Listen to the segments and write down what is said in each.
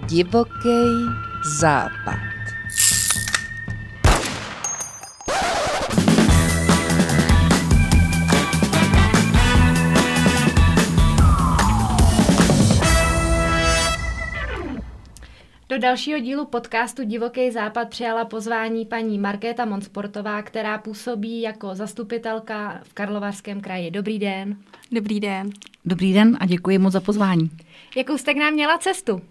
Divoký západ. Do dalšího dílu podcastu Divoký západ přijala pozvání paní Markéta Monsportová, která působí jako zastupitelka v Karlovarském kraji. Dobrý den. Dobrý den. Dobrý den a děkuji moc za pozvání. Jakou jste k nám měla cestu?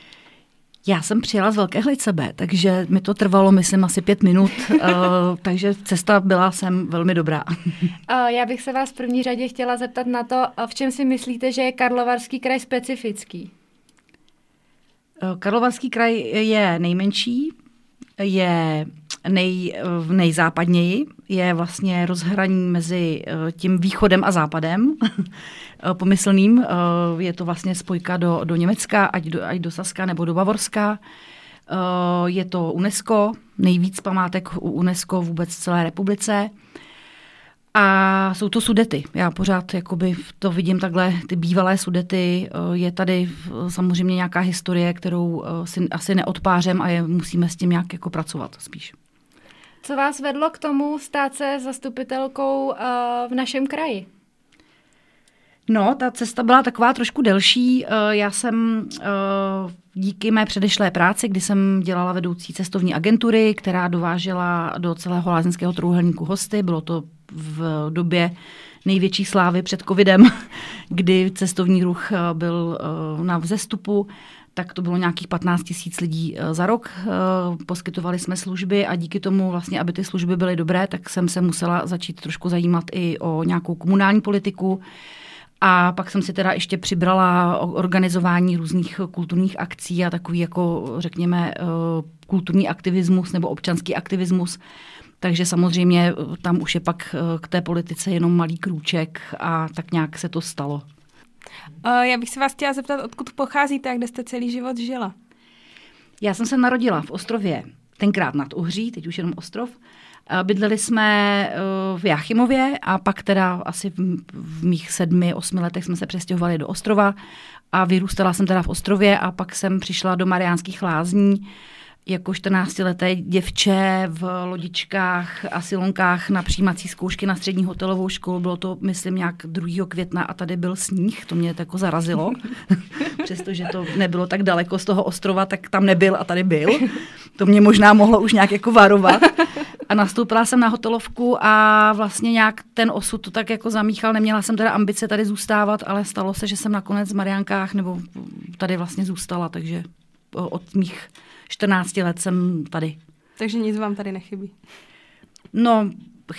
Já jsem přijela z Velké Hlicebe, takže mi to trvalo, myslím, asi 5 minut, takže cesta byla sem velmi dobrá. Já bych se vás v první řadě chtěla zeptat na to, v čem si myslíte, že je Karlovarský kraj specifický? Karlovarský kraj je nejmenší, je nejzápadněji, je vlastně rozhraní mezi tím východem a západem pomyslným. Je to vlastně spojka do Německa, ať do Saska nebo do Bavorska. Je to UNESCO, nejvíc památek u UNESCO vůbec v celé republice. A jsou to Sudety. Já pořád jakoby to vidím takhle, ty bývalé Sudety. Je tady samozřejmě nějaká historie, kterou si asi neodpářem a musíme s tím nějak jako pracovat spíš. Co vás vedlo k tomu stát se zastupitelkou v našem kraji? No, ta cesta byla taková trošku delší. Já jsem díky mé předešlé práci, kdy jsem dělala vedoucí cestovní agentury, která dovážela do celého lázeňského trojúhelníku hosty. Bylo to v době největší slávy před covidem, kdy cestovní ruch byl na vzestupu, tak to bylo nějakých 15 000 lidí za rok. Poskytovali jsme služby a díky tomu vlastně, aby ty služby byly dobré, tak jsem se musela začít trošku zajímat i o nějakou komunální politiku. A pak jsem si teda ještě přibrala organizování různých kulturních akcí a takový jako, řekněme, kulturní aktivismus nebo občanský aktivismus. Takže samozřejmě tam už je pak k té politice jenom malý krůček a tak nějak se to stalo. Já bych se vás chtěla zeptat, odkud pocházíte a kde jste celý život žila? Já jsem se narodila v Ostrově, tenkrát nad Uhří, teď už jenom Ostrov. Bydleli jsme v Jáchymově a pak teda asi v mých 7-8 letech jsme se přestěhovali do Ostrova a vyrůstala jsem teda v Ostrově a pak jsem přišla do Mariánských Lázní jako 14leté děvče v lodičkách a silonkách na přijímací zkoušky na střední hotelovou školu. Bylo to, myslím, nějak 2. května a tady byl sníh, to mě jako zarazilo. Přestože to nebylo tak daleko z toho ostrova, tak tam nebyl a tady byl. To mě možná mohlo už nějak jako varovat. A nastoupila jsem na hotelovku a vlastně nějak ten osud to tak jako zamíchal. Neměla jsem teda ambice tady zůstávat, ale stalo se, že jsem nakonec v Mariánkách nebo tady vlastně zůstala, takže od mých 14 let jsem tady. Takže nic vám tady nechybí? No,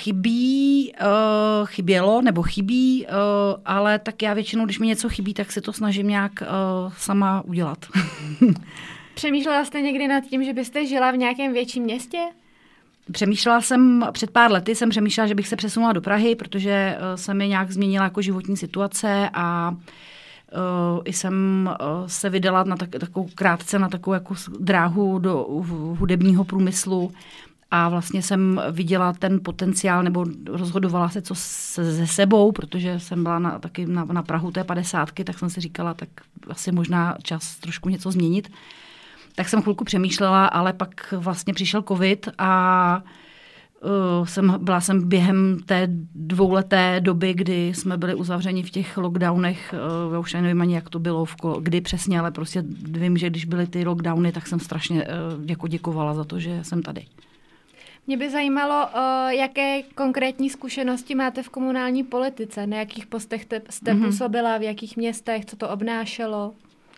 chybí, ale tak já většinou, když mi něco chybí, tak si to snažím nějak sama udělat. Přemýšlela jste někdy nad tím, že byste žila v nějakém větším městě? Přemýšlela jsem, před pár lety jsem přemýšlela, že bych se přesunula do Prahy, protože se mi nějak změnila jako životní situace a i jsem se vydala na takovou krátce na takovou jako dráhu do hudebního průmyslu a vlastně jsem viděla ten potenciál nebo rozhodovala se, co se sebou, protože jsem byla taky na prahu té 50, tak jsem si říkala, tak asi možná čas trošku něco změnit. Tak jsem chvilku přemýšlela, ale pak vlastně přišel covid a byla jsem během té 2leté doby, kdy jsme byli uzavřeni v těch lockdownech, já už nevím ani, jak to bylo, kdy přesně, ale prostě vím, že když byly ty lockdowny, tak jsem strašně jako děkovala za to, že jsem tady. Mě by zajímalo, jaké konkrétní zkušenosti máte v komunální politice, na jakých postech jste působila, v jakých městech, co to obnášelo?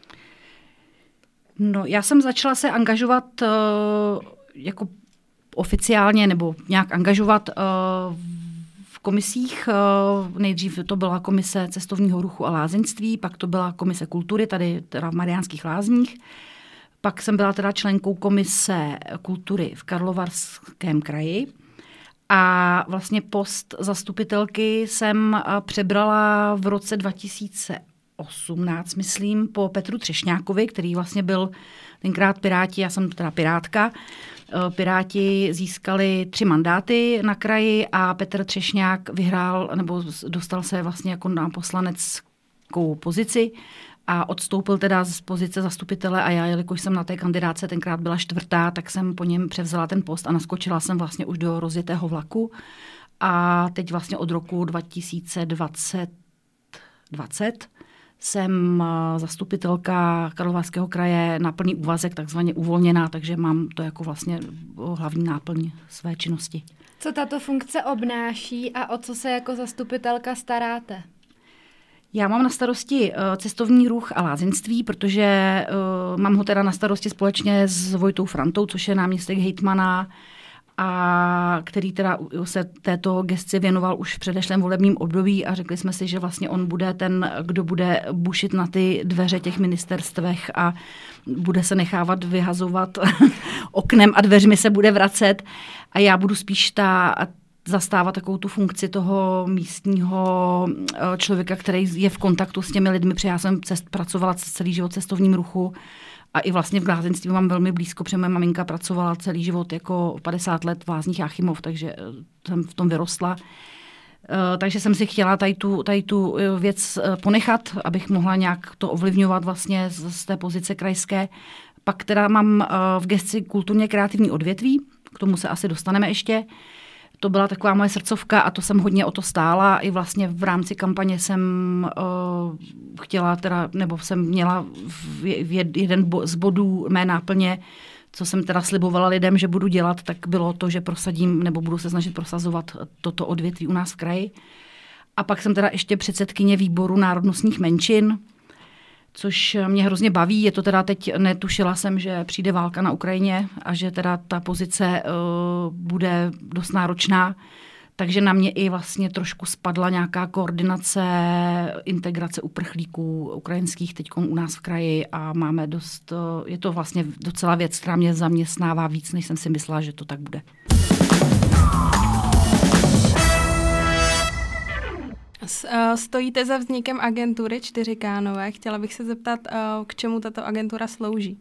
No, já jsem začala se angažovat jako oficiálně nebo nějak angažovat v komisích. Nejdřív to byla komise cestovního ruchu a lázeňství, pak to byla komise kultury, tady teda v Mariánských Lázních. Pak jsem byla teda členkou komise kultury v Karlovarském kraji a vlastně post zastupitelky jsem přebrala v roce 2018, myslím, po Petru Třešňákovi, který vlastně byl tenkrát Piráti, já jsem teda Pirátka. Piráti získali 3 mandáty na kraji a Petr Třešňák vyhrál, nebo dostal se vlastně jako na poslaneckou pozici a odstoupil teda z pozice zastupitele a já, jelikož jsem na té kandidáce tenkrát byla 4., tak jsem po něm převzala ten post a naskočila jsem vlastně už do rozjetého vlaku. A teď vlastně od roku 2020 jsem zastupitelka Karlovarského kraje na plný úvazek, takzvaně uvolněná, takže mám to jako vlastně hlavní náplň své činnosti. Co tato funkce obnáší a o co se jako zastupitelka staráte? Já mám na starosti cestovní ruch a lázeňství, protože mám ho teda na starosti společně s Vojtou Frantou, což je náměstek hejtmana, a který teda se této gesci věnoval už v předešlém volebním období a řekli jsme si, že vlastně on bude ten, kdo bude bušit na ty dveře těch ministerstvech a bude se nechávat vyhazovat oknem a dveřmi se bude vracet a já budu spíš zastávat takovou tu funkci toho místního člověka, který je v kontaktu s těmi lidmi, protože já jsem pracovala celý život v cestovním ruchu a i vlastně v lázeňství mám velmi blízko, protože moje maminka pracovala celý život jako 50 let v Lázních Jáchymov, takže jsem v tom vyrostla. Takže jsem si chtěla tady tu věc ponechat, abych mohla nějak to ovlivňovat vlastně z té pozice krajské. Pak teda mám v gesci kulturně kreativní odvětví, k tomu se asi dostaneme ještě. To byla taková moje srdcovka a to jsem hodně o to stála. I vlastně v rámci kampaně jsem chtěla nebo jsem měla jeden z bodů mé náplně, co jsem teda slibovala lidem, že budu dělat, tak bylo to, že prosadím nebo budu se snažit prosazovat toto odvětví u nás v kraji. A pak jsem teda ještě předsedkyně výboru národnostních menšin, což mě hrozně baví. Je to teda teď, netušila jsem, že přijde válka na Ukrajině a že teda ta pozice bude dost náročná. Takže na mě i vlastně trošku spadla nějaká koordinace, integrace uprchlíků ukrajinských teď u nás v kraji a máme dost, je to vlastně docela věc, která mě zaměstnává víc, než jsem si myslela, že to tak bude. Stojíte za vznikem agentury 4K. Chtěla bych se zeptat, k čemu tato agentura slouží?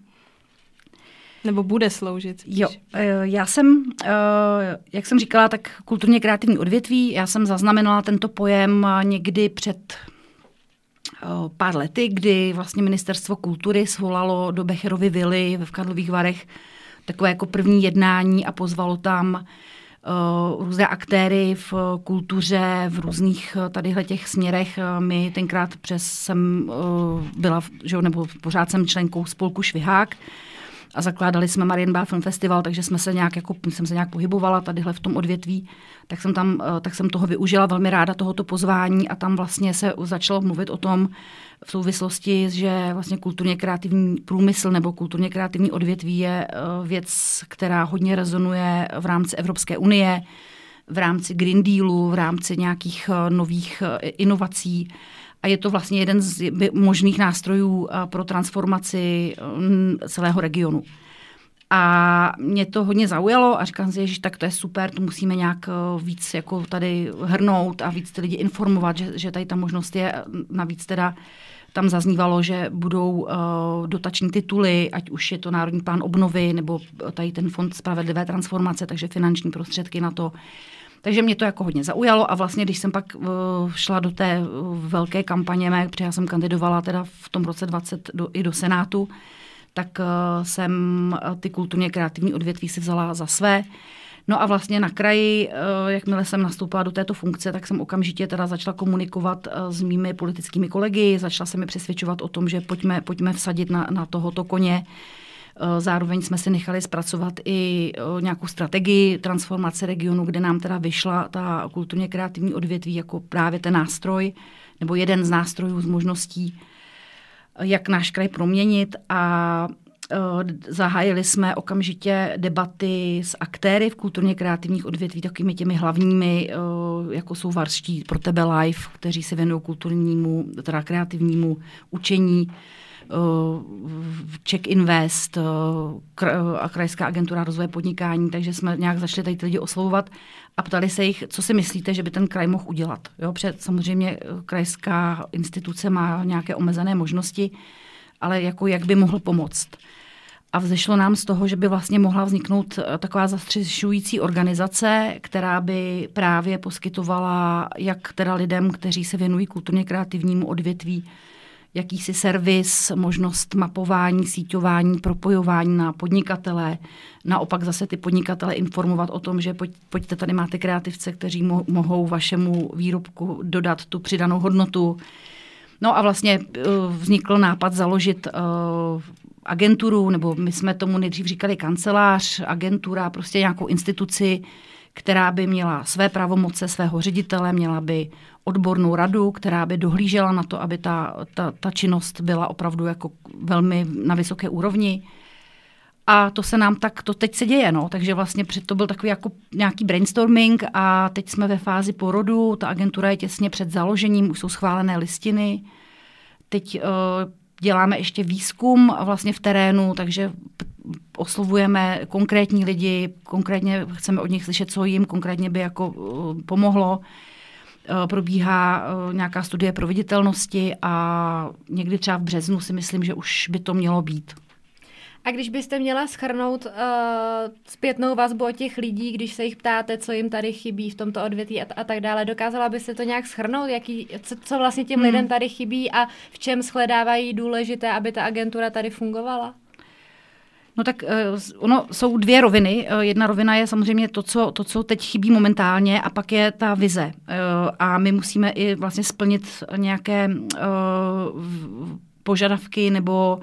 Nebo bude sloužit spíš. Jo, já jsem, jak jsem říkala, tak kulturně kreativní odvětví. Já jsem zaznamenala tento pojem někdy před pár lety, kdy vlastně Ministerstvo kultury svolalo do Becherovy vily v Karlových Varech takové jako první jednání a pozvalo tam různé aktéry v kultuře, v různých tadyhle těch směrech. My tenkrát jsem byla, nebo pořád jsem členkou spolku Švihák a zakládali jsme Marienbad Film Festival, takže jsem se nějak pohybovala tadyhle v tom odvětví, tak jsem toho využila velmi ráda tohoto pozvání a tam vlastně se začalo mluvit o tom v souvislosti, že vlastně kulturně kreativní průmysl nebo kulturně kreativní odvětví je věc, která hodně rezonuje v rámci Evropské unie, v rámci Green Dealu, v rámci nějakých nových inovací. A je to vlastně jeden z možných nástrojů pro transformaci celého regionu. A mě to hodně zaujalo a říkám si, že tak to je super, to musíme nějak víc jako tady hrnout a víc ty lidi informovat, že tady ta možnost je. Navíc teda tam zaznívalo, že budou dotační tituly, ať už je to Národní plán obnovy nebo tady ten Fond spravedlivé transformace, takže finanční prostředky na to. Takže mě to jako hodně zaujalo a vlastně, když jsem pak šla do té velké kampaně, protože já jsem kandidovala teda v tom roce 20 i do Senátu, tak jsem ty kulturně kreativní odvětví si vzala za své. No a vlastně na kraji, jakmile jsem nastoupila do této funkce, tak jsem okamžitě teda začala komunikovat s mými politickými kolegy, začala se mi přesvědčovat o tom, že pojďme vsadit na tohoto koně. Zároveň jsme si nechali zpracovat i nějakou strategii transformace regionu, kde nám teda vyšla ta kulturně kreativní odvětví jako právě ten nástroj, nebo jeden z nástrojů, z možností, jak náš kraj proměnit a zahájili jsme okamžitě debaty s aktéry v kulturně kreativních odvětví, takovými těmi hlavními, jako jsou Varští pro tebe live, kteří se věnují kulturnímu, teda kreativnímu učení, Czech Invest a Krajská agentura rozvoje podnikání, takže jsme nějak začali tady ty lidi oslovovat a ptali se jich, co si myslíte, že by ten kraj mohl udělat. Jo, protože samozřejmě krajská instituce má nějaké omezené možnosti, ale jako jak by mohl pomoct. A vzešlo nám z toho, že by vlastně mohla vzniknout taková zastřešující organizace, která by právě poskytovala jak teda lidem, kteří se věnují kulturně kreativnímu odvětví, jakýsi servis, možnost mapování, síťování, propojování na podnikatele. Naopak zase ty podnikatele informovat o tom, že pojďte, tady máte kreativce, kteří mohou vašemu výrobku dodat tu přidanou hodnotu. No a vlastně vznikl nápad založit agenturu, nebo my jsme tomu nejdřív říkali kancelář, agentura, prostě nějakou instituci, která by měla své pravomoce, svého ředitele, měla by odbornou radu, která by dohlížela na to, aby ta činnost byla opravdu jako velmi na vysoké úrovni. A to se nám to teď se děje, no. Takže vlastně to byl takový jako nějaký brainstorming a teď jsme ve fázi porodu, ta agentura je těsně před založením, už jsou schválené listiny. Teď děláme ještě výzkum vlastně v terénu, takže oslovujeme konkrétní lidi, konkrétně chceme od nich slyšet, co jim konkrétně by jako pomohlo. Probíhá nějaká studie proveditelnosti a někdy třeba v březnu si myslím, že už by to mělo být. A když byste měla shrnout zpětnou vazbu od těch lidí, když se jich ptáte, co jim tady chybí v tomto odvětví a tak dále, dokázala byste to nějak shrnout, co vlastně těm lidem tady chybí a v čem shledávají důležité, aby ta agentura tady fungovala? No tak jsou dvě roviny. Jedna rovina je samozřejmě to, co teď chybí momentálně, a pak je ta vize. A my musíme i vlastně splnit nějaké požadavky nebo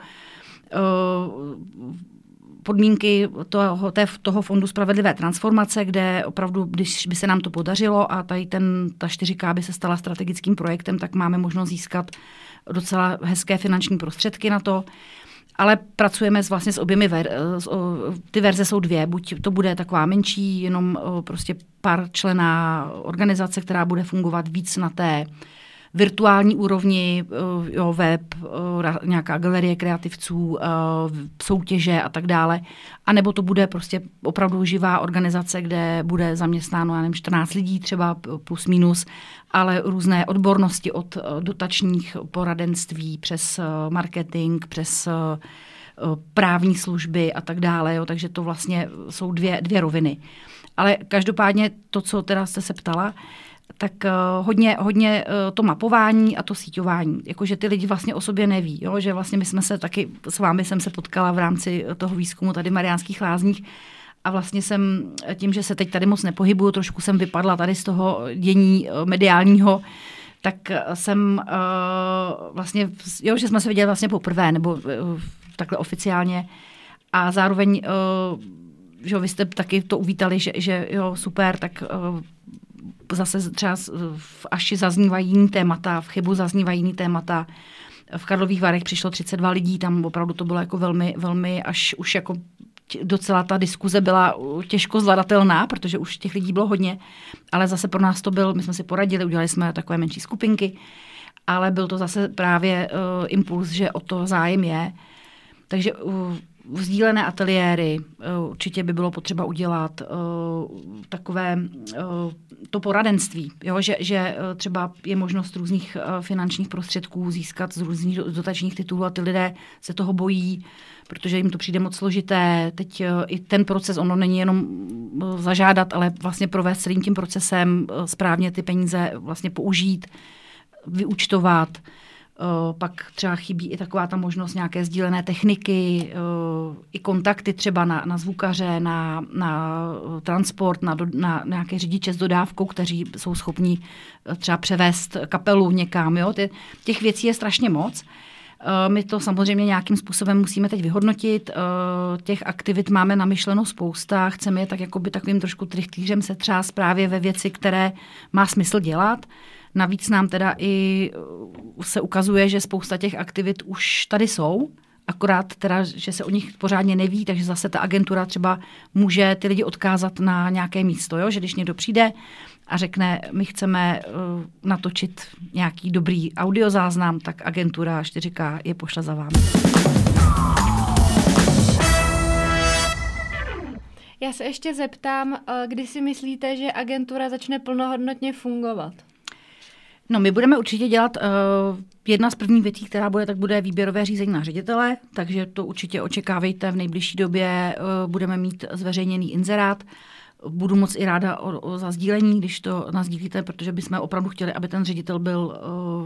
podmínky toho Fondu spravedlivé transformace, kde opravdu, když by se nám to podařilo a ta 4K by se stala strategickým projektem, tak máme možnost získat docela hezké finanční prostředky na to. Ale pracujeme vlastně s oběmi ty verze jsou dvě. Buď to bude taková menší, jenom prostě pár členná organizace, která bude fungovat víc na té virtuální úrovni, web, nějaká galerie kreativců, soutěže a tak dále. A nebo to bude prostě opravdu živá organizace, kde bude zaměstnáno, já nevím, 14 lidí třeba plus minus, ale různé odbornosti od dotačních poradenství přes marketing, přes právní služby a tak dále. Jo. Takže to vlastně jsou dvě roviny. Ale každopádně to, co teda jste se ptala, tak hodně to mapování a to síťování. Jakože ty lidi vlastně o sobě neví, jo? Že vlastně my jsme se taky, s vámi jsem se potkala v rámci toho výzkumu tady v Mariánských Lázních a vlastně jsem tím, že se teď tady moc nepohybuju, trošku jsem vypadla tady z toho dění mediálního, tak jsem vlastně, že jsme se viděli vlastně poprvé, nebo takhle oficiálně a zároveň, že vy jste taky to uvítali, že jo, super, tak zase třeba v Aši zaznívají jiný témata, v Chybu zaznívají jiný témata. V Karlových Varech přišlo 32 lidí, tam opravdu to bylo jako velmi, velmi, až už jako docela ta diskuze byla těžko zvladatelná, protože už těch lidí bylo hodně, ale zase pro nás to byl, my jsme si poradili, udělali jsme takové menší skupinky, ale byl to zase právě impuls, že o to zájem je. Takže sdílené ateliéry, určitě by bylo potřeba udělat takové to poradenství, jo? Že třeba je možnost různých finančních prostředků získat z různých dotačních titulů a ty lidé se toho bojí, protože jim to přijde moc složité. Teď i ten proces, ono není jenom zažádat, ale vlastně provést celým tím procesem správně ty peníze vlastně použít, vyúčtovat. Pak třeba chybí i taková ta možnost nějaké sdílené techniky, i kontakty třeba na zvukaře, na transport, na nějaké řidiče s dodávkou, kteří jsou schopni třeba převést kapelu někam. Jo? Těch věcí je strašně moc. My to samozřejmě nějakým způsobem musíme teď vyhodnotit. Těch aktivit máme namyšleno spousta. Chceme je tak jakoby takovým trošku trichtýřem setřást právě ve věci, které má smysl dělat. Navíc nám teda i se ukazuje, že spousta těch aktivit už tady jsou, akorát teda, že se o nich pořádně neví, takže zase ta agentura třeba může ty lidi odkázat na nějaké místo, jo? Že když někdo přijde a řekne, my chceme natočit nějaký dobrý audiozáznam, tak agentura 4K je pošle za vámi. Já se ještě zeptám, kdy si myslíte, že agentura začne plnohodnotně fungovat? No, my budeme určitě dělat jedna z prvních věcí, která bude, tak bude výběrové řízení na ředitele, takže to určitě očekávejte. V nejbližší době budeme mít zveřejněný inzerát. Budu moc i ráda za sdílení, když to nasdílíte, protože bychom opravdu chtěli, aby ten ředitel byl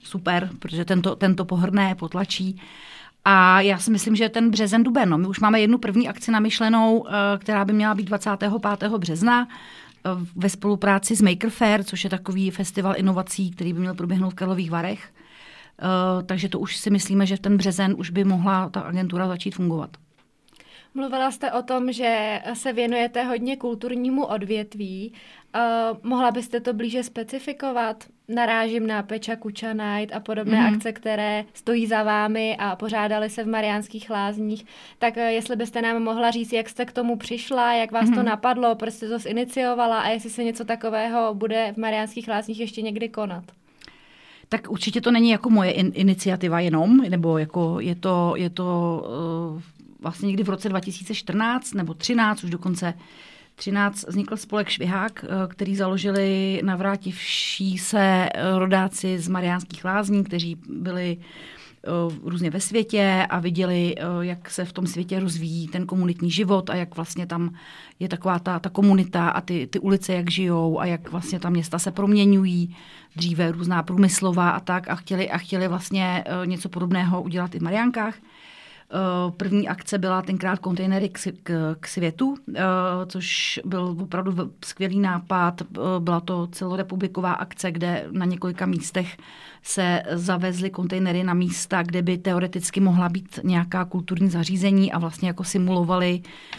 super, protože tento pohrne, potlačí. A já si myslím, že ten březen, duben, no, my už máme jednu první akci namyšlenou, která by měla být 25. března ve spolupráci s Maker Fair, což je takový festival inovací, který by měl proběhnout v Karlových Varech. Takže to už si myslíme, že v ten březen už by mohla ta agentura začít fungovat. Mluvila jste o tom, že se věnujete hodně kulturnímu odvětví. Mohla byste to blíže specifikovat? Narážím na Peča Kuča Night a podobné akce, které stojí za vámi a pořádaly se v Mariánských Lázních. Tak jestli byste nám mohla říct, jak jste k tomu přišla, jak vás to napadlo, proč jste to ziniciovala a jestli se něco takového bude v Mariánských Lázních ještě někdy konat? Tak určitě to není jako moje iniciativa jenom, nebo jako je to vlastně někdy v roce 2014 nebo 13, už dokonce 13 vznikl spolek Švihák, který založili navrátivší se rodáci z Mariánských Lázní, kteří byli různě ve světě a viděli, jak se v tom světě rozvíjí ten komunitní život a jak vlastně tam je taková ta komunita a ty ulice, jak žijou a jak vlastně ta města se proměňují, dříve různá průmyslová a tak a chtěli vlastně něco podobného udělat i v Mariánkách. První akce byla tenkrát kontejnery k světu, což byl opravdu skvělý nápad. Byla to celorepubliková akce, kde na několika místech se zavezly kontejnery na místa, kde by teoreticky mohla být nějaká kulturní zařízení a vlastně jako simulovali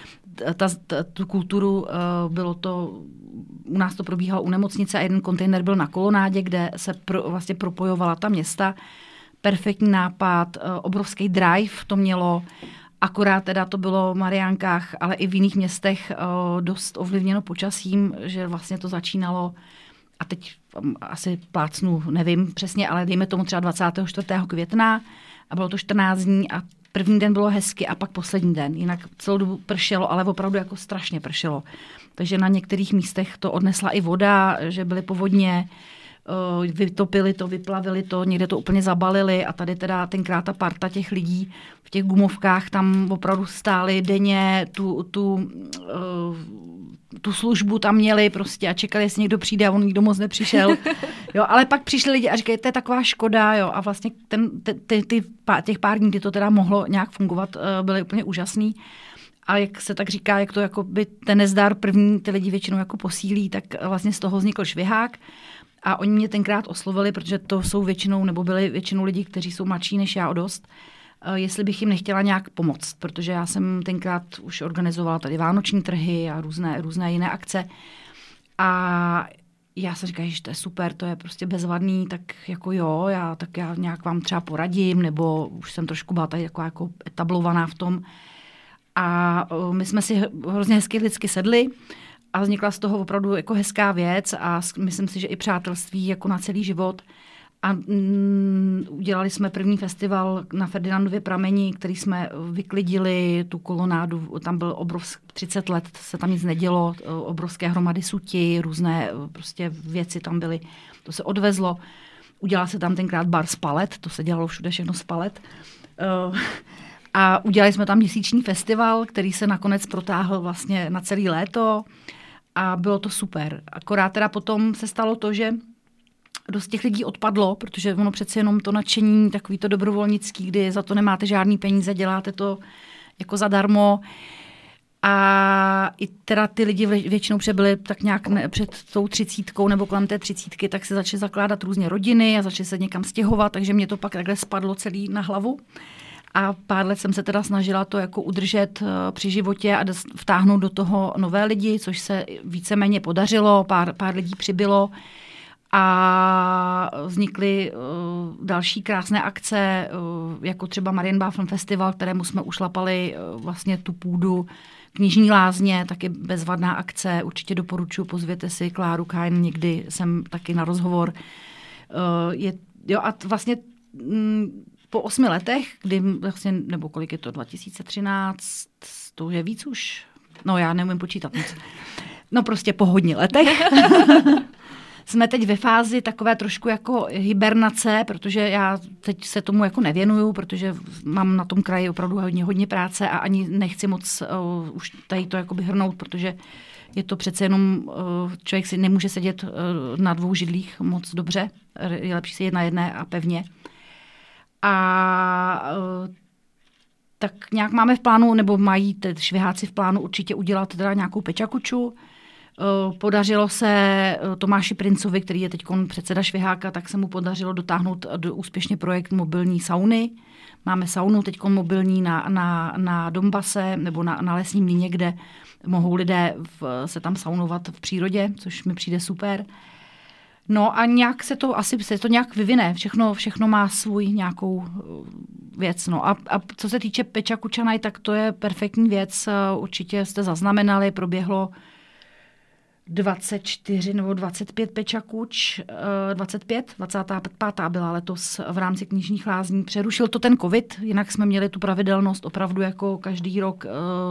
tu kulturu. Bylo to, u nás to probíhalo u nemocnice a jeden kontejner byl na kolonádě, kde se vlastně propojovala ta města. Perfektní nápad, obrovský drive to mělo, akorát teda to bylo v Mariánkách, ale i v jiných městech dost ovlivněno počasím, že vlastně to začínalo, a teď asi plácnu, nevím přesně, ale dejme tomu třeba 24. května a bylo to 14 dní a první den bylo hezky a pak poslední den. Jinak celou dobu pršelo, ale opravdu jako strašně pršelo. Takže na některých místech to odnesla i voda, že byly povodně, vytopili to, vyplavili to, někde to úplně zabalili a tady teda tenkrát ta parta těch lidí v těch gumovkách tam opravdu stáli denně, tu službu tam měli prostě a čekali, jestli někdo přijde a on nikdo moc nepřišel. Jo, ale pak přišli lidi a říkají, to je taková škoda, jo, a vlastně těch pár dní, kdy to teda mohlo nějak fungovat, byly úplně úžasný. A jak se tak říká, jak to jako by ten nezdar první ty lidi většinou jako posílí, tak vlastně z toho vznikl Švihák. A oni mě tenkrát oslovili, protože to jsou většinou, nebo byli většinou lidi, kteří jsou mladší než já o dost, jestli bych jim nechtěla nějak pomoct, protože já jsem tenkrát už organizovala tady vánoční trhy a různé jiné akce. A já jsem říkala, že to je super, to je prostě bezvadný, tak jako jo, já nějak vám třeba poradím, nebo už jsem trošku byla tady jako etablovaná v tom. A my jsme si hrozně hezky vždycky sedli, a vznikla z toho opravdu jako hezká věc a myslím si, že i přátelství jako na celý život. A udělali jsme první festival na Ferdinandově prameni, který jsme vyklidili, tu kolonádu, tam byl 30 let, se tam nic nedělo, obrovské hromady suti, různé prostě věci tam byly, to se odvezlo. Udělal se tam tenkrát bar z palet, to se dělalo všude všechno z palet. A udělali jsme tam měsíční festival, který se nakonec protáhl vlastně na celé léto. A bylo to super. Akorát teda potom se stalo to, že dost těch lidí odpadlo, protože ono přece jenom to nadšení, takový to dobrovolnický, kdy za to nemáte žádný peníze, děláte to jako zadarmo. A i teda ty lidi většinou přebyli tak nějak před tou 30 nebo kolem té 30, tak se začaly zakládat různě rodiny a začaly se někam stěhovat, takže mě to pak takhle spadlo celý na hlavu. A pár let jsem se teda snažila to jako udržet při životě a vtáhnout do toho nové lidi, což se víceméně podařilo, pár lidí přibylo a vznikly další krásné akce, jako třeba Marienbá Film Festival, kterému jsme ušlapali vlastně tu půdu, Knižní lázně, taky bezvadná akce, určitě doporučuji, pozvěte si Kláru Kain, někdy jsem taky na rozhovor. A vlastně po 8 letech, kdy vlastně, nebo kolik je to, 2013, to je víc už, no já neumím počítat moc. No prostě po hodně letech. Jsme teď ve fázi takové trošku jako hibernace, protože já teď se tomu jako nevěnuju, protože mám na tom kraji opravdu hodně práce a ani nechci moc už tady to jakoby hrnout, protože Je to přece jenom, člověk si nemůže sedět na 2 židlích moc dobře, je lepší sedět na jedné a pevně. A tak nějak máme v plánu, nebo mají šviháci v plánu určitě udělat teda nějakou pečakuču. Podařilo se Tomáši Princovi, který je teď předseda šviháka, tak se mu podařilo dotáhnout úspěšně projekt mobilní sauny. Máme saunu teď mobilní na Donbase nebo na Lesním Mlýně, kde mohou lidé se tam saunovat v přírodě, což mi přijde super. No a nějak se to nějak vyvine. Všechno má svůj nějakou věc. No a co se týče Pečakučanaj, tak to je perfektní věc. Určitě jste zaznamenali, proběhlo 24 nebo 25 Pečakuč, 25 byla letos v rámci knižních lázní. Přerušil to ten covid, jinak jsme měli tu pravidelnost opravdu jako každý rok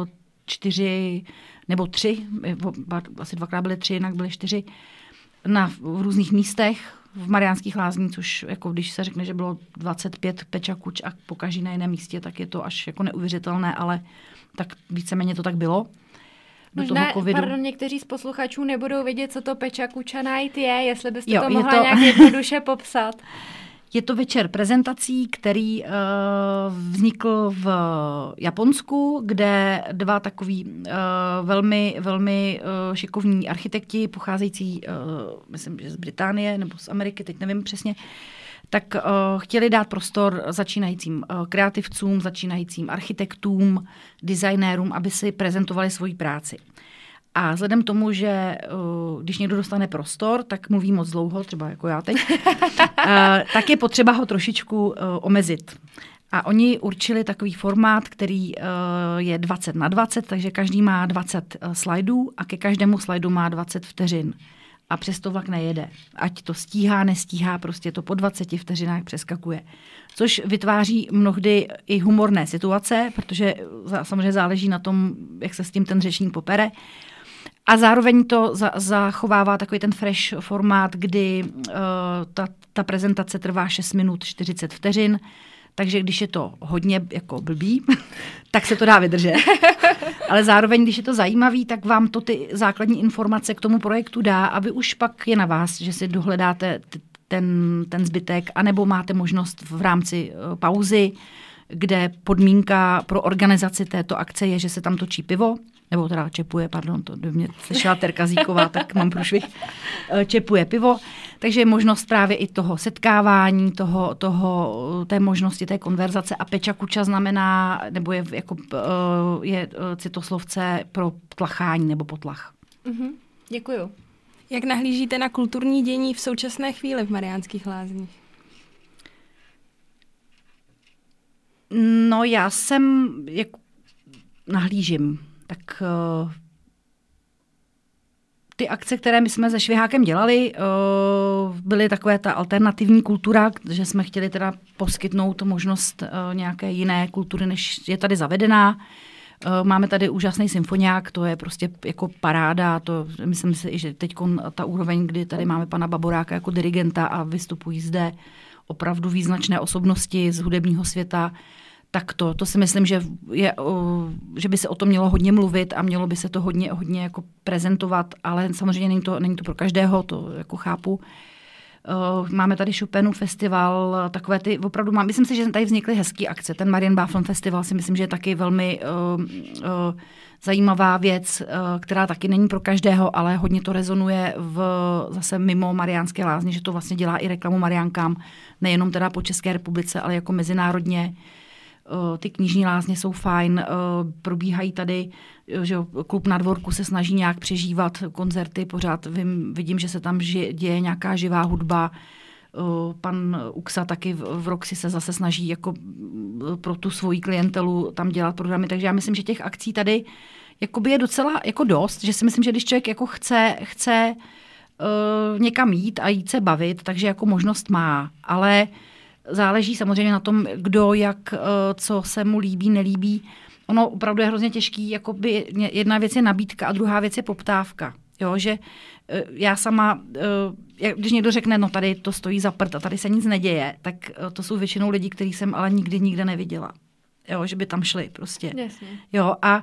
4 nebo 3, asi 2krát byly 3, jinak byly 4 v různých místech v Mariánských lázních, což jako když se řekne, že bylo 25 Pečakuč a pokaždý na jiném místě, tak je to až jako neuvěřitelné, ale tak víceméně to tak bylo. Možná, někteří z posluchačů nebudou vědět, co to Pečakučanaj je, jestli byste to mohla nějak jednoduše popsat. Je to večer prezentací, který vznikl v Japonsku, kde 2 takový velmi, velmi šikovní architekti, pocházející, myslím, že z Británie nebo z Ameriky, teď nevím přesně, tak chtěli dát prostor začínajícím kreativcům, začínajícím architektům, designérům, aby si prezentovali svoji práci. A vzhledem tomu, že když někdo dostane prostor, tak mluví moc dlouho, třeba jako já teď, tak je potřeba ho trošičku omezit. A oni určili takový formát, který je 20x20, takže každý má 20 slajdů a ke každému slajdu má 20 vteřin. A přesto vlak nejede. Ať to stíhá, nestíhá, prostě to po 20 vteřinách přeskakuje. Což vytváří mnohdy i humorné situace, protože samozřejmě záleží na tom, jak se s tím ten řečník popere. A zároveň to zachovává takový ten fresh formát, kdy ta prezentace trvá 6 minut 40 vteřin, takže když je to hodně jako blbý, tak se to dá vydržet. Ale zároveň, když je to zajímavý, tak vám to ty základní informace k tomu projektu dá a vy už pak je na vás, že si dohledáte ten zbytek, anebo máte možnost v rámci pauzy, kde podmínka pro organizaci této akce je, že se tam točí pivo, nebo teda čepuje, pardon, to do mě slyšela Terka Zíková, tak mám průšvih, čepuje pivo, takže je možnost právě i toho setkávání, té možnosti té konverzace a Pečakuča znamená, nebo je citoslovce pro tlachání nebo potlach. Děkuju. Jak nahlížíte na kulturní dění v současné chvíli v Mariánských lázních? No já nahlížím. Tak ty akce, které my jsme se švihákem dělali, byly takové ta alternativní kultura, že jsme chtěli teda poskytnout možnost nějaké jiné kultury, než je tady zavedená. Máme tady úžasný symfoniák, to je prostě jako paráda, to myslím si, že teď ta úroveň, kdy tady máme pana Baboráka jako dirigenta a vystupují zde opravdu význačné osobnosti z hudebního světa, tak to si myslím, že by se o tom mělo hodně mluvit a mělo by se to hodně jako prezentovat, ale samozřejmě není to pro každého, to jako chápu. Máme tady Chopinův festival, takové ty opravdu myslím si, že tady vznikly hezký akce. Ten Marienbach Film Festival si myslím, že je taky velmi zajímavá věc, která taky není pro každého, ale hodně to rezonuje zase mimo Mariánské lázně, že to vlastně dělá i reklamu Mariánkám, nejenom teda po České republice, ale jako mezinárodně. Ty knižní lázně jsou fajn, probíhají tady, že klub na Dvorku se snaží nějak přežívat koncerty, pořád vidím, že se tam děje nějaká živá hudba, pan Uksa taky v Roxy se zase snaží jako pro tu svoji klientelu tam dělat programy, takže já myslím, že těch akcí tady jakoby je docela jako dost, že si myslím, že když člověk jako chce někam jít a jít se bavit, takže jako možnost má, ale záleží samozřejmě na tom, kdo, jak, co se mu líbí, nelíbí. Ono opravdu je hrozně těžký, jakoby jedna věc je nabídka a druhá věc je poptávka. Jo, že já sama, když někdo řekne, no tady to stojí za prd a tady se nic neděje, tak to jsou většinou lidi, který jsem ale nikde neviděla. Jo, že by tam šli prostě. Jasně. Jo, a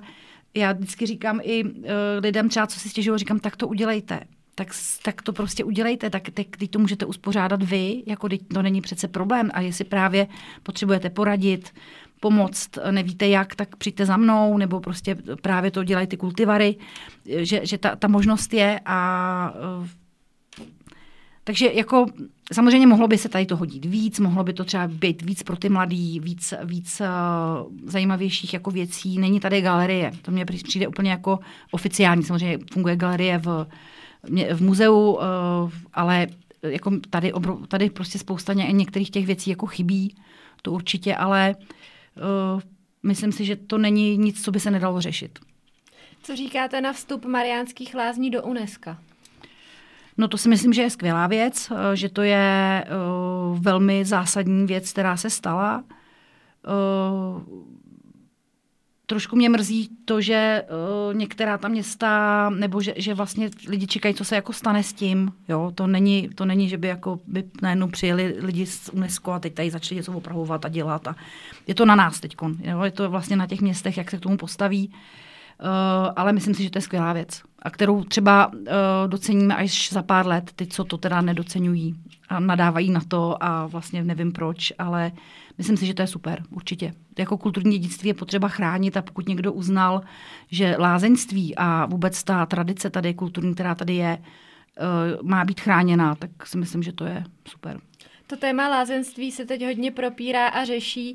já vždycky říkám i lidem třeba, co si stěžují, říkám, tak to udělejte. Tak to prostě udělejte, tak teď to můžete uspořádat vy, jako teď to není přece problém. A jestli právě potřebujete poradit, pomoct, nevíte jak, tak přijďte za mnou, nebo prostě právě to dělají ty kultivary, že ta možnost je a takže jako samozřejmě mohlo by se tady to hodit víc, mohlo by to třeba být víc pro ty mladý, víc zajímavějších jako věcí. Není tady galerie, to mně přijde úplně jako oficiální, samozřejmě funguje galerie v muzeu, ale jako tady prostě spousta některých těch věcí jako chybí, to určitě, ale myslím si, že to není nic, co by se nedalo řešit. Co říkáte na vstup Mariánských Lázní do UNESCO? No to si myslím, že je skvělá věc, že to je velmi zásadní věc, která se stala. Trošku mě mrzí to, že některá ta města, nebo že vlastně lidi čekají, co se jako stane s tím. Jo? To není, že by jako by najednou přijeli lidi z UNESCO a teď tady začali něco opravovat a dělat. A je to na nás teď. Je to vlastně na těch městech, jak se k tomu postaví. Ale myslím si, že to je skvělá věc. A kterou třeba doceníme až za pár let, ty, co to teda nedoceňují a nadávají na to a vlastně nevím proč, ale myslím si, že to je super, určitě. Jako kulturní dědictví je potřeba chránit a pokud někdo uznal, že lázeňství a vůbec ta tradice tady kulturní, která tady je, má být chráněná, tak si myslím, že to je super. To téma lázeňství se teď hodně propírá a řeší.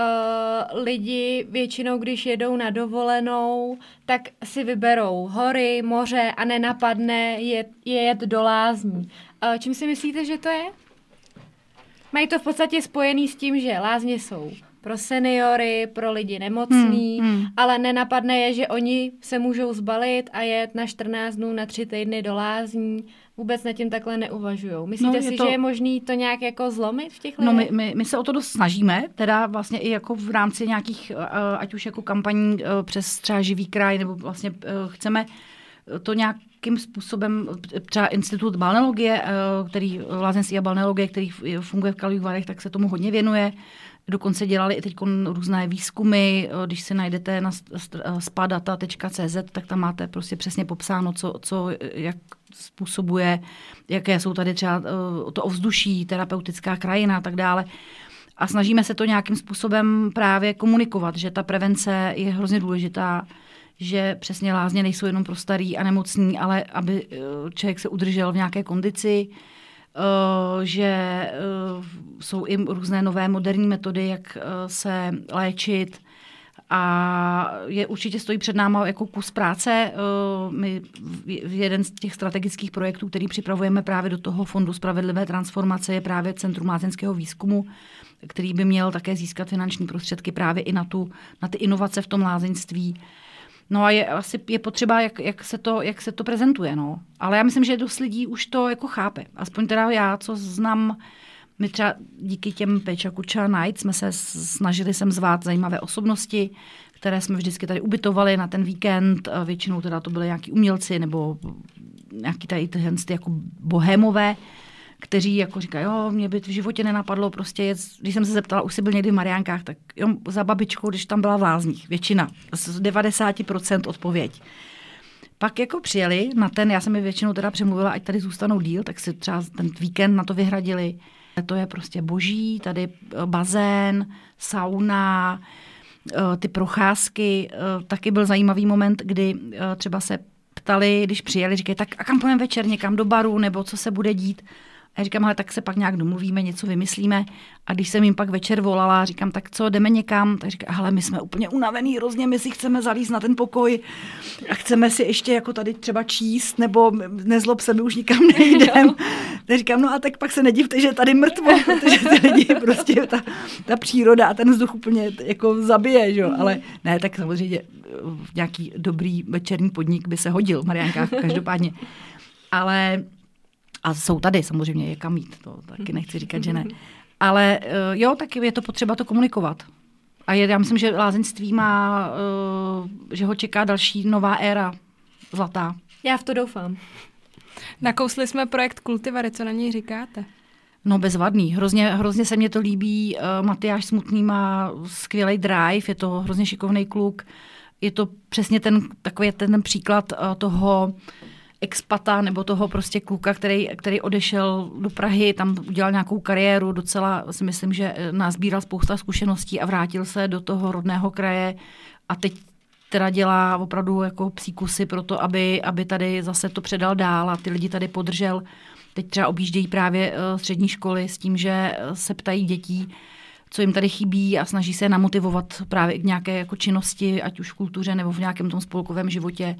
Lidi většinou, když jedou na dovolenou, tak si vyberou hory, moře a nenapadne jet do lázní. Čím si myslíte, že to je? Mají to v podstatě spojený s tím, že lázně jsou pro seniory, pro lidi nemocný, ale nenapadne je, že oni se můžou zbalit a jet na 14 dnů, na 3 týdny do lázní. Vůbec nad tím takhle neuvažujou. Myslíte si, že je možný to nějak jako zlomit v těch lidech? No my se o to dost snažíme, teda vlastně i jako v rámci nějakých, ať už jako kampaní přes třeba Živý kraj, nebo vlastně chceme to nějakým způsobem, třeba Institut balneologie, lázeňství a balneologie, který funguje v Karlových Varech, tak se tomu hodně věnuje. Dokonce dělali i teď různé výzkumy, když si najdete na spadata.cz, tak tam máte prostě přesně popsáno, jak způsobuje, jaké jsou tady třeba to ovzduší, terapeutická krajina a tak dále. A snažíme se to nějakým způsobem právě komunikovat, že ta prevence je hrozně důležitá, že přesně lázně nejsou jenom pro starý a nemocný, ale aby člověk se udržel v nějaké kondici, že jsou i různé nové moderní metody, jak se léčit a určitě stojí před náma jako kus práce. My jeden z těch strategických projektů, který připravujeme právě do toho Fondu spravedlivé transformace, je právě Centrum lázeňského výzkumu, který by měl také získat finanční prostředky právě i na ty inovace v tom lázeňství. No a je potřeba, jak se to prezentuje. No. Ale já myslím, že dost lidí už to jako chápe. Aspoň teda já, co znám, my třeba díky těm Péča Kuča Night jsme se snažili sem zvát zajímavé osobnosti, které jsme vždycky tady ubytovali na ten víkend. Většinou teda to byly nějaký umělci nebo nějaký tady tyhle jako bohémové, kteří jako říkají, jo, mě by v životě nenapadlo prostě když jsem se zeptala, už jsi byl někdy v Mariánkách, tak jo, za babičkou, když tam byla v lázních, většina, z 90% odpověď. Pak jako přijeli na já jsem mi většinou teda přemluvila, ať tady zůstanou díl, tak si třeba ten víkend na to vyhradili. To je prostě boží, tady bazén, sauna, ty procházky. Taky byl zajímavý moment, kdy třeba se ptali, když přijeli, říkají, tak a kam půjdeme večer, někam do baru, nebo co se bude dít. A já říkám, ale tak se pak nějak domluvíme, něco vymyslíme. A když jsem jim pak večer volala, říkám, tak co, jdeme někam? Tak říká, hele, my jsme úplně unavený hrozně, my si chceme zalízt na ten pokoj a chceme si ještě jako tady třeba číst, nebo nezlob se, my už nikam nejdem. Tak říkám, no a tak pak se nedivte, že je tady mrtvo, protože ty lidi prostě ta příroda a ten vzduch úplně jako zabije, že? Ale ne, tak samozřejmě nějaký dobrý večerní podnik by se hodil v Mariánkách každopádně. Ale a jsou tady samozřejmě, je kam jít, to taky nechci říkat, že ne. Ale jo, tak je to potřeba to komunikovat. A já myslím, že lázeňství má, že ho čeká další nová éra zlatá. Já v to doufám. Nakousli jsme projekt Kultivary, co na něj říkáte? No bezvadný, hrozně se mně to líbí. Matyáš Smutný má skvělý drive, je to hrozně šikovný kluk. je to přesně ten příklad toho expata nebo toho prostě kluka, který odešel do Prahy, tam udělal nějakou kariéru, docela si myslím, že nazbíral spousta zkušeností a vrátil se do toho rodného kraje a teď teda dělá opravdu jako psí kusy pro to, aby tady zase to předal dál a ty lidi tady podržel. Teď třeba objíždějí právě střední školy s tím, že se ptají dětí, co jim tady chybí a snaží se je namotivovat právě k nějaké jako činnosti, ať už v kultuře nebo v nějakém tom spolkovém životě.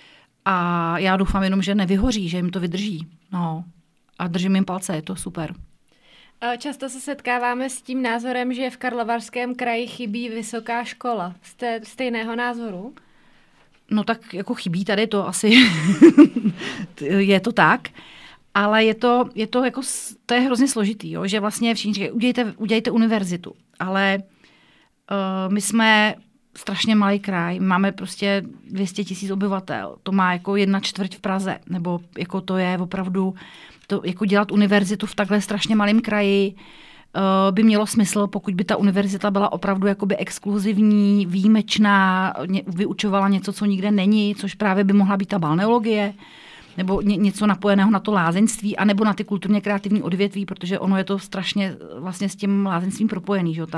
A já doufám jenom, že nevyhoří, že jim to vydrží. No. A držím jim palce, je to super. Často se setkáváme s tím názorem, že v Karlovarském kraji chybí vysoká škola. Jste stejného názoru? No tak jako chybí tady to asi. Je to tak. Ale je to jako, to je hrozně složitý, jo? Že vlastně všichni říkají, udělejte univerzitu. Ale my jsme strašně malý kraj, máme prostě 200 000 obyvatel, to má jako 1/4 v Praze, nebo jako to je opravdu, to jako dělat univerzitu v takhle strašně malém kraji by mělo smysl, pokud by ta univerzita byla opravdu jakoby exkluzivní, výjimečná, vyučovala něco, co nikde není, což právě by mohla být ta balneologie, nebo něco napojeného na to lázeňství, anebo na ty kulturně kreativní odvětví, protože ono je to strašně vlastně s tím lázeňstvím propojený, že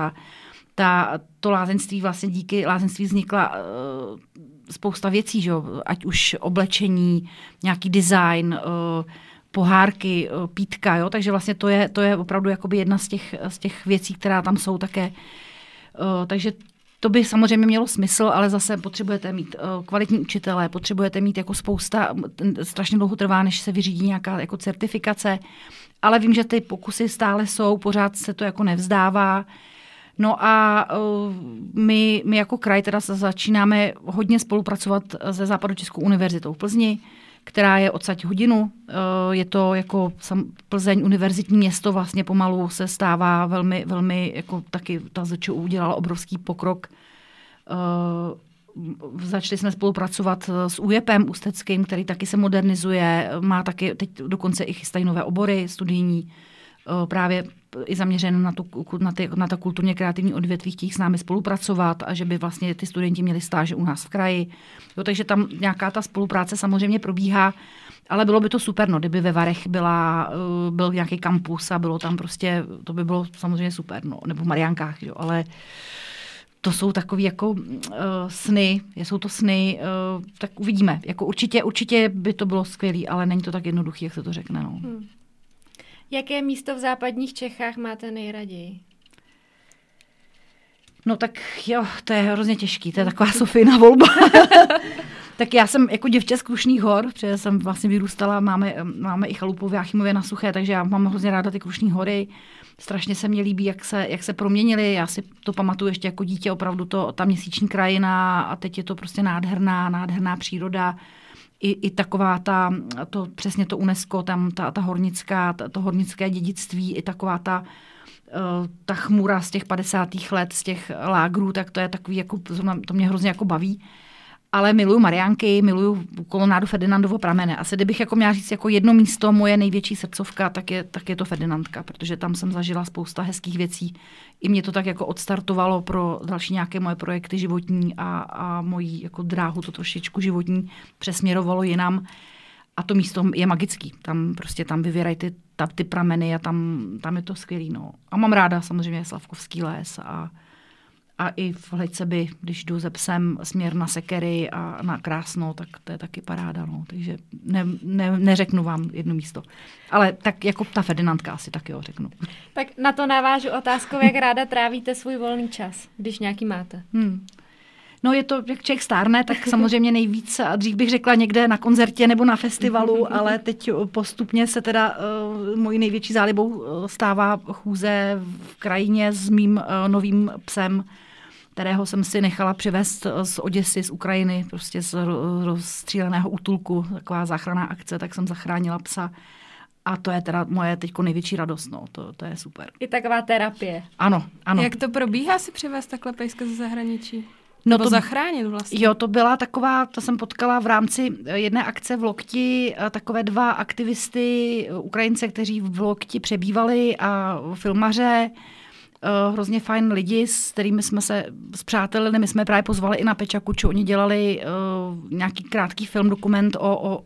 to lázeňství vlastně díky lázeňství vznikla spousta věcí, že jo? Ať už oblečení, nějaký design, pohárky, pítka, jo? Takže vlastně to je opravdu jakoby jedna z těch věcí, která tam jsou také. Takže to by samozřejmě mělo smysl, ale zase potřebujete mít kvalitní učitele, potřebujete mít jako spousta, strašně dlouho trvá, než se vyřídí nějaká jako certifikace, ale vím, že ty pokusy stále jsou, pořád se to jako nevzdává. No a my jako kraj teda začínáme hodně spolupracovat se Západočeskou univerzitou v Plzni, která je odsaď hodinu. Je to jako Plzeň univerzitní město, vlastně pomalu se stává velmi, velmi, jako taky ta ZČU udělala obrovský pokrok. Začali jsme spolupracovat s UJEPem ústeckým, který taky se modernizuje, má taky teď dokonce i chystají nové obory studijní, právě i zaměřené na to kulturně kreativní odvětví, chtějí s námi spolupracovat a že by vlastně ty studenti měli stáže u nás v kraji. Jo, takže tam nějaká ta spolupráce samozřejmě probíhá, ale bylo by to super, no, kdyby ve Varech byl nějaký kampus a bylo tam prostě, to by bylo samozřejmě super, no, nebo v Mariánkách, jo, ale to jsou takový jako sny, jsou to sny, tak uvidíme. Jako určitě by to bylo skvělý, ale není to tak jednoduchý, jak se to řekne, no. Jaké místo v západních Čechách máte nejraději? No tak jo, to je hrozně těžký, to je taková Sofijina volba. Tak já jsem jako děvče z Krušných hor, protože jsem vlastně vyrůstala, máme i chalupu v Jáchymově na Suché, takže já mám hrozně ráda ty Krušní hory. Strašně se mně líbí, jak se proměnily. Já si to pamatuju ještě jako dítě, opravdu ta měsíční krajina a teď je to prostě nádherná příroda. I taková přesně to UNESCO, tam ta hornická, to hornické dědictví, i taková ta chmura z těch 50. let, z těch lágrů, tak to je takový, jako, to mě hrozně jako baví. Ale miluju Mariánky, miluju kolonádu Ferdinandovo pramene. Asi kdybych jako měla říct jako jedno místo, moje největší srdcovka, tak je to Ferdinandka, protože tam jsem zažila spousta hezkých věcí. I mě to tak jako odstartovalo pro další nějaké moje projekty životní a moji jako dráhu to trošičku životní přesměrovalo jinam. A to místo je magický. Tam vyvěrají ty prameny a tam je to skvělý. No. A mám ráda samozřejmě Slavkovský les a i v Hliceby, když jdu ze psem směr na Sekery a na Krásno, tak to je taky paráda. No. Takže neřeknu vám jedno místo. Ale tak jako ta Ferdinandka asi tak jo, řeknu. Tak na to navážu otázkou, jak ráda trávíte svůj volný čas, když nějaký máte. No je to, jak člověk stárne, tak samozřejmě nejvíc, a dřív bych řekla někde na koncertě nebo na festivalu, ale teď postupně se teda mojí největší zálibou stává chůze v krajině s mým novým psem, kterého jsem si nechala přivést z Oděsy, z Ukrajiny, prostě z rozstříleného útulku, taková záchranná akce, tak jsem zachránila psa. A to je teda moje teďko největší radost, no, to je super. I taková terapie. Ano. Jak to probíhá si přivést takhle pejska ze zahraničí? No to zachránit vlastně. Jo, to byla taková, to jsem potkala v rámci jedné akce v Lokti, takové 2 aktivisty, Ukrajince, kteří v Lokti přebývali a filmaře. hrozně fajn lidi, s kterými jsme se spřátelili. My jsme právě pozvali i na Pečakuču. Oni dělali nějaký krátký film, dokument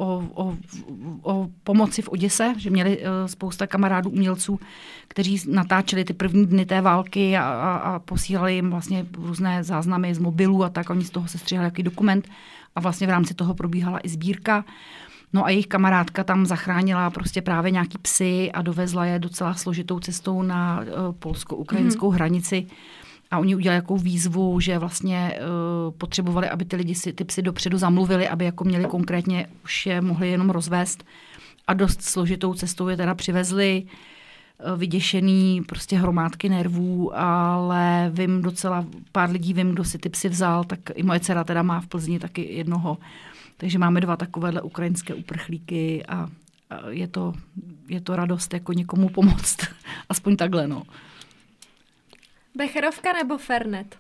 o pomoci v Oděse, že měli spousta kamarádů umělců, kteří natáčeli ty první dny té války a posílali jim vlastně různé záznamy z mobilů a tak. Oni z toho sestříhali jaký dokument a vlastně v rámci toho probíhala i sbírka. No a jejich kamarádka tam zachránila prostě právě nějaký psy a dovezla je docela složitou cestou na polsko-ukrajinskou hranici. A oni udělali jakou výzvu, že vlastně potřebovali, aby ty lidi si ty psy dopředu zamluvili, aby jako měli konkrétně, už je mohli jenom rozvést. A dost složitou cestou je teda přivezli, vyděšený, prostě hromádky nervů, ale vím docela, pár lidí vím, kdo si ty psy vzal, tak i moje dcera teda má v Plzni taky jednoho. Takže máme 2 takovéhle ukrajinské uprchlíky a je to radost jako někomu pomoct. Aspoň takhle, no. Becherovka nebo Fernet?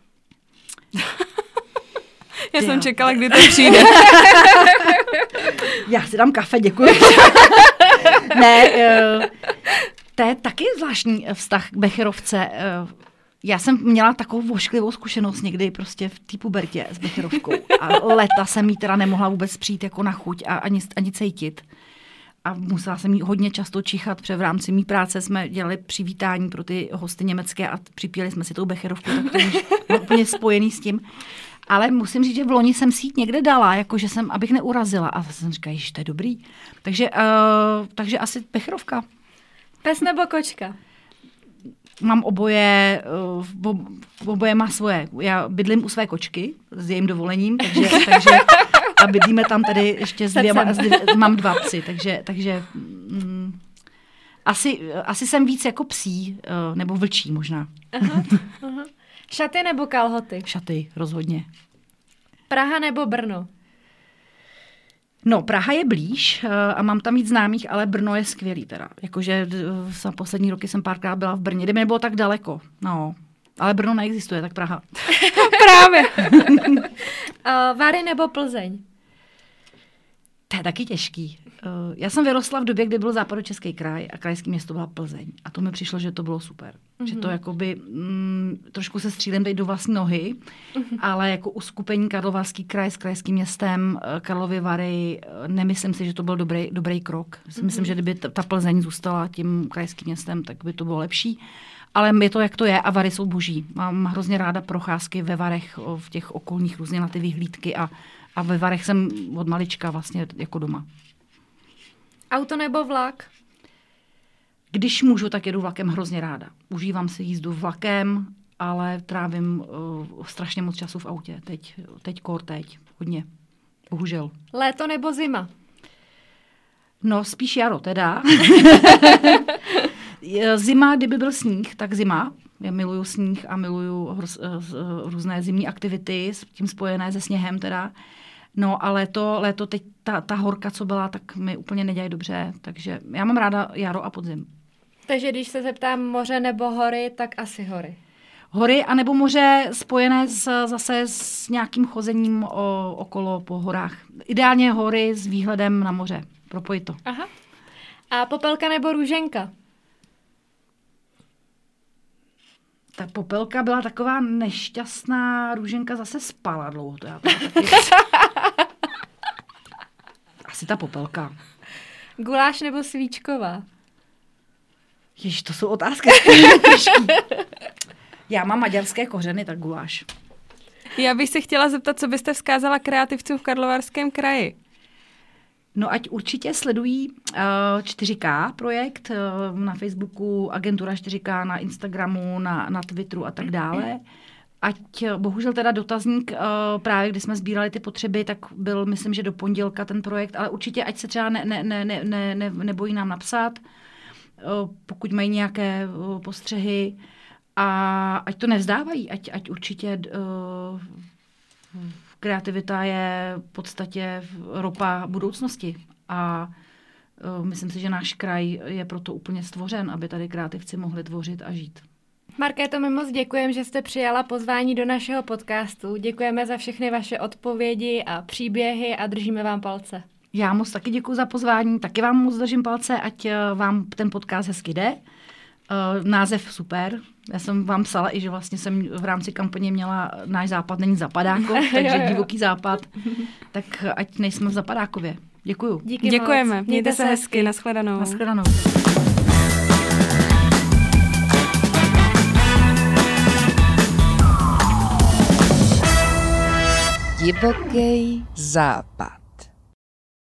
Já jsem čekala, kdy to přijde. Já si dám kafe, děkuji. Ne, to je taky zvláštní vztah k becherovce. Já jsem měla takovou vošklivou zkušenost někdy prostě v té pubertě s becherovkou. A léta jsem jí teda nemohla vůbec přijít jako na chuť a ani cítit. A musela jsem jí hodně často čichat, protože v rámci mý práce jsme dělali přivítání pro ty hosty německé a připíjeli jsme si tou becherovku, tak to už bylo úplně spojený s tím. Ale musím říct, že v loni jsem si ji někde dala, jakože abych neurazila. A jsem říkala, že to je dobrý. Takže asi becherovka. Pes nebo kočka? Mám oboje má svoje. Já bydlím u své kočky s jejím dovolením, takže a bydlíme tam tady ještě mám 2 psy, takže asi jsem víc jako psí, nebo vlčí možná. Aha. Šaty nebo kalhoty? Šaty, rozhodně. Praha nebo Brno? No, Praha je blíž a mám tam víc známých, ale Brno je skvělý teda. Jakože za poslední roky jsem párkrát byla v Brně, kde mi nebylo tak daleko. No, ale Brno neexistuje, tak Praha. Právě. Vary nebo Plzeň? To je taky těžký. Já jsem vyrostla v době, kdy byl Západočeský kraj a krajské město byla Plzeň. A to mi přišlo, že to bylo super. Že to jakoby trošku se střílem dej do vlastní nohy, ale jako uskupení Karlovarský kraj s krajským městem Karlovy Vary, nemyslím si, že to byl dobrý krok. Myslím, že kdyby ta Plzeň zůstala tím krajským městem, tak by to bylo lepší. Ale je to, jak to je a Vary jsou boží. Mám hrozně ráda procházky ve Varech, v těch okolních různě na ty vyhlídky a ve Varech jsem od malička vlastně jako doma. Auto nebo vlak? Když můžu, tak jedu vlakem hrozně ráda. Užívám si jízdu vlakem, ale trávím strašně moc času v autě. Teď hodně. Bohužel. Léto nebo zima? No, spíš jaro teda. Zima, kdyby byl sníh, tak zima. Já miluju sníh a miluju různé zimní aktivity, s tím spojené se sněhem teda. No a léto teď ta horka, co byla, tak mi úplně nedělají dobře. Takže já mám ráda jaro a podzim. Takže když se zeptám moře nebo hory, tak asi hory. Hory anebo moře spojené zase s nějakým chozením okolo po horách. Ideálně hory s výhledem na moře. Propojit to. Aha. A popelka nebo růženka? Ta popelka byla taková nešťastná, růženka zase spala dlouho. To já taky... Asi ta popelka. Guláš nebo svíčková? Ježiš, to jsou otázky. Já mám maďarské kořeny, tak guláš. Já bych se chtěla zeptat, co byste vzkázala kreativcům v Karlovarském kraji? No ať určitě sledují 4K projekt na Facebooku, agentura 4K, na Instagramu, na Twitteru a tak dále. Ať bohužel teda dotazník, právě když jsme sbírali ty potřeby, tak byl, myslím, že do pondělka ten projekt, ale určitě ať se třeba nebojí nám napsat, pokud mají nějaké postřehy a ať to nevzdávají, ať určitě kreativita je v podstatě ropa budoucnosti a myslím si, že náš kraj je proto úplně stvořen, aby tady kreativci mohli tvořit a žít. Markéto, my moc děkujeme, že jste přijala pozvání do našeho podcastu. Děkujeme za všechny vaše odpovědi a příběhy a držíme vám palce. Já moc taky děkuji za pozvání, taky vám moc držím palce, ať vám ten podcast hezky jde Název super. Já jsem vám psala i, že vlastně jsem v rámci kampaně měla náš západ není Zapadákov, takže divoký západ. Tak ať nejsme v Zapadákově. Děkuju. Děkujeme. Mějte se hezky. Nashledanou. Nashledanou. Divoký západ.